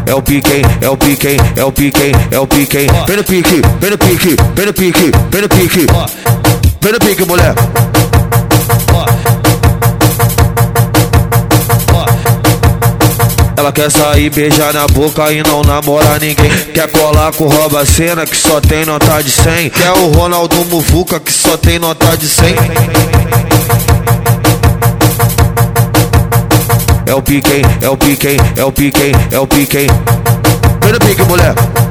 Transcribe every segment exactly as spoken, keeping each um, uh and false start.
é o pique, é o pique, é o pique, é o pique. Vem no pique, vem no pique, vem no pique, vem no pique. Vem no pique, mulher. Ela quer sair, beijar na boca e não namora ninguém. Quer colar com o Rouba Cena que só tem nota de cem. Quer o Ronaldo Muvuca que só tem nota de cem. É o pique, é o pique, é o pique, é o pique. Vem no pique, mulher.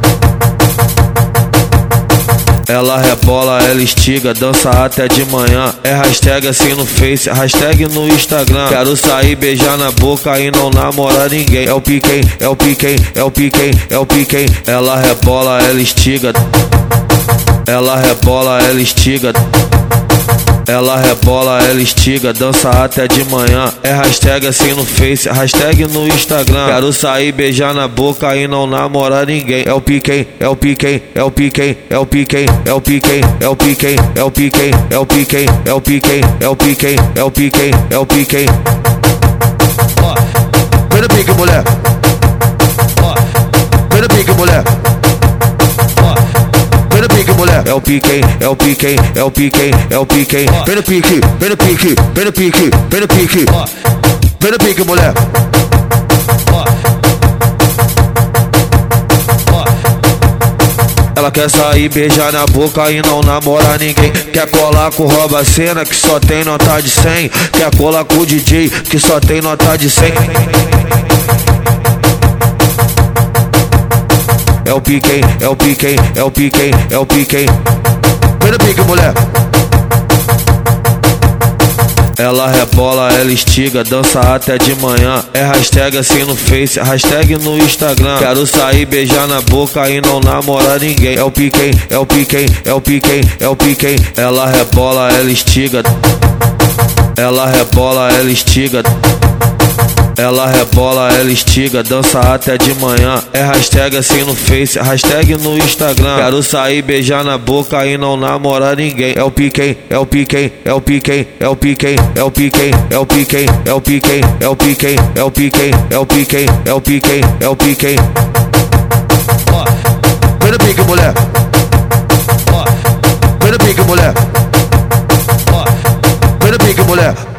Ela rebola, ela estiga, dança até de manhã. É hashtag assim no Face, hashtag no Instagram. Quero sair, beijar na boca e não namorar ninguém. É o pique, é o pique, é o pique, é o pique. Ela rebola, ela estiga. Ela rebola, ela estiga. Ela rebola, ela estiga, dança até de manhã. É hashtag assim no Face, hashtag no Instagram. Quero sair, beijar na boca e não namorar ninguém. É o pique, é o pique, é o pique, é o pique, é o pique, é o pique, é o pique, é o pique, é o pique, é o pique, é o pique, é o pique. Vem no pique, mulher. Vem no pique, mulher. Vem no pique, mulher. É o pique, é o pique, é o pique, é o pique. Vem no pique, vem no pique, vem no pique, vem no pique. Vem no pique, mulher. Ela quer sair, beijar na boca e não namora ninguém. Quer colar com o Rouba Cena que só tem nota de cem. Quer colar com o D J que só tem nota de cem. É o pique, é o pique, é o pique, é o pique. Vem no pique, mulher. Ela rebola, ela estiga, dança até de manhã. É hashtag assim no Face, hashtag no Instagram. Quero sair, beijar na boca e não namorar ninguém. É o pique, é o pique, é o pique, é o pique. Ela rebola, ela estiga. Ela rebola, ela estiga. Ela rebola, ela estiga, dança até de manhã. É hashtag assim no Face, hashtag no Instagram. Quero sair, beijar na boca e não namorar ninguém. É o pique, é o pique, é o pique, é o pique, é o pique, é o pique, é o pique, é o pique, é o pique, é o pique, é o pique, é o pique. Vem no pique, mulher. Vem no pique, mulher. Vem no pique, mulher.